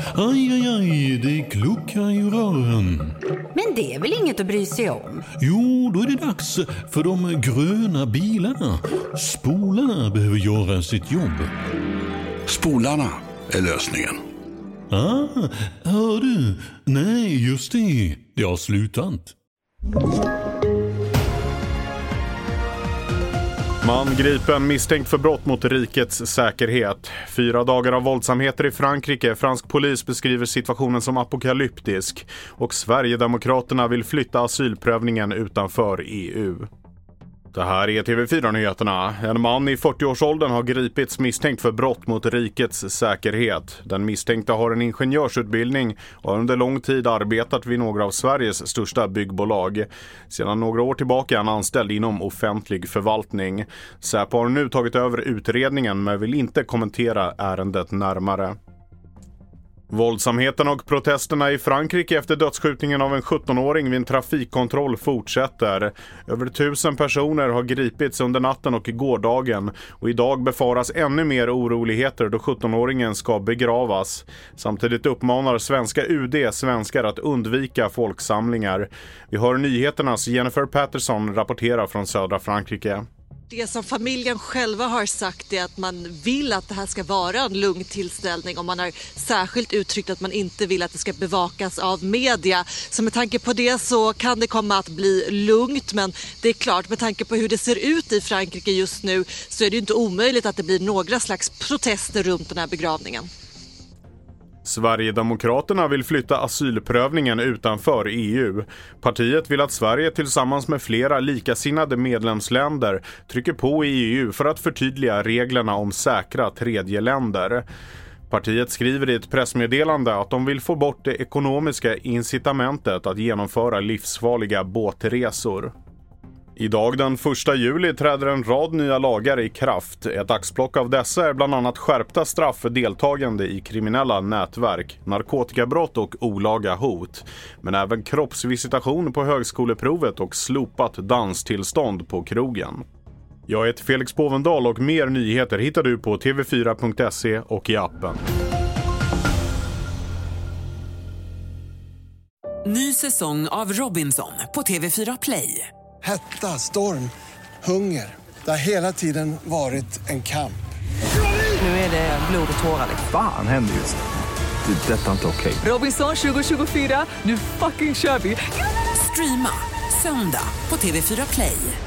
Aj, aj, aj, det kluckar i rören. Men det är väl inget att bry sig om? Jo, då är det dags för de gröna bilarna. Spolarna behöver göra sitt jobb. Spolarna är lösningen. Hör du? Nej, just det. Det har slutat. Man gripen misstänkt för brott mot rikets säkerhet. 4 dagar av våldsamheter i Frankrike. Fransk polis beskriver situationen som apokalyptisk. Och Sverigedemokraterna vill flytta asylprövningen utanför EU. Det här är TV4-nyheterna. En man i 40-årsåldern har gripits misstänkt för brott mot rikets säkerhet. Den misstänkta har en ingenjörsutbildning och har under lång tid arbetat vid några av Sveriges största byggbolag. Sedan några år tillbaka är han anställd inom offentlig förvaltning. Säpo har nu tagit över utredningen men vill inte kommentera ärendet närmare. Våldsamheten och protesterna i Frankrike efter dödsskjutningen av en 17-åring vid en trafikkontroll fortsätter. Över 1000 personer har gripits under natten och gårdagen och idag befaras ännu mer oroligheter då 17-åringen ska begravas. Samtidigt uppmanar svenska UD svenskar att undvika folksamlingar. Vi hör nyheternas Jennifer Patterson rapportera från södra Frankrike. Det som familjen själva har sagt är att man vill att det här ska vara en lugn tillställning och man har särskilt uttryckt att man inte vill att det ska bevakas av media. Så med tanke på det så kan det komma att bli lugnt, men det är klart med tanke på hur det ser ut i Frankrike just nu så är det ju inte omöjligt att det blir några slags protester runt den här begravningen. Sverigedemokraterna vill flytta asylprövningen utanför EU. Partiet vill att Sverige tillsammans med flera likasinnade medlemsländer trycker på i EU för att förtydliga reglerna om säkra tredjeländer. Partiet skriver i ett pressmeddelande att de vill få bort det ekonomiska incitamentet att genomföra livsfarliga båtresor. Idag den 1 juli träder en rad nya lagar i kraft. Ett axplock av dessa är bland annat skärpta straff för deltagande i kriminella nätverk, narkotikabrott och olaga hot. Men även kroppsvisitation på högskoleprovet och slopat danstillstånd på krogen. Jag heter Felix Bovendal och mer nyheter hittar du på tv4.se och i appen. Ny säsong av Robinson på TV4 Play. Hetta, storm, hunger. Det har hela tiden varit en kamp. Nu är det blod och tårar. Fan händer just nu. Det är detta inte okej. Robinson 2024, nu fucking kör vi. Streama söndag på TV4 Play.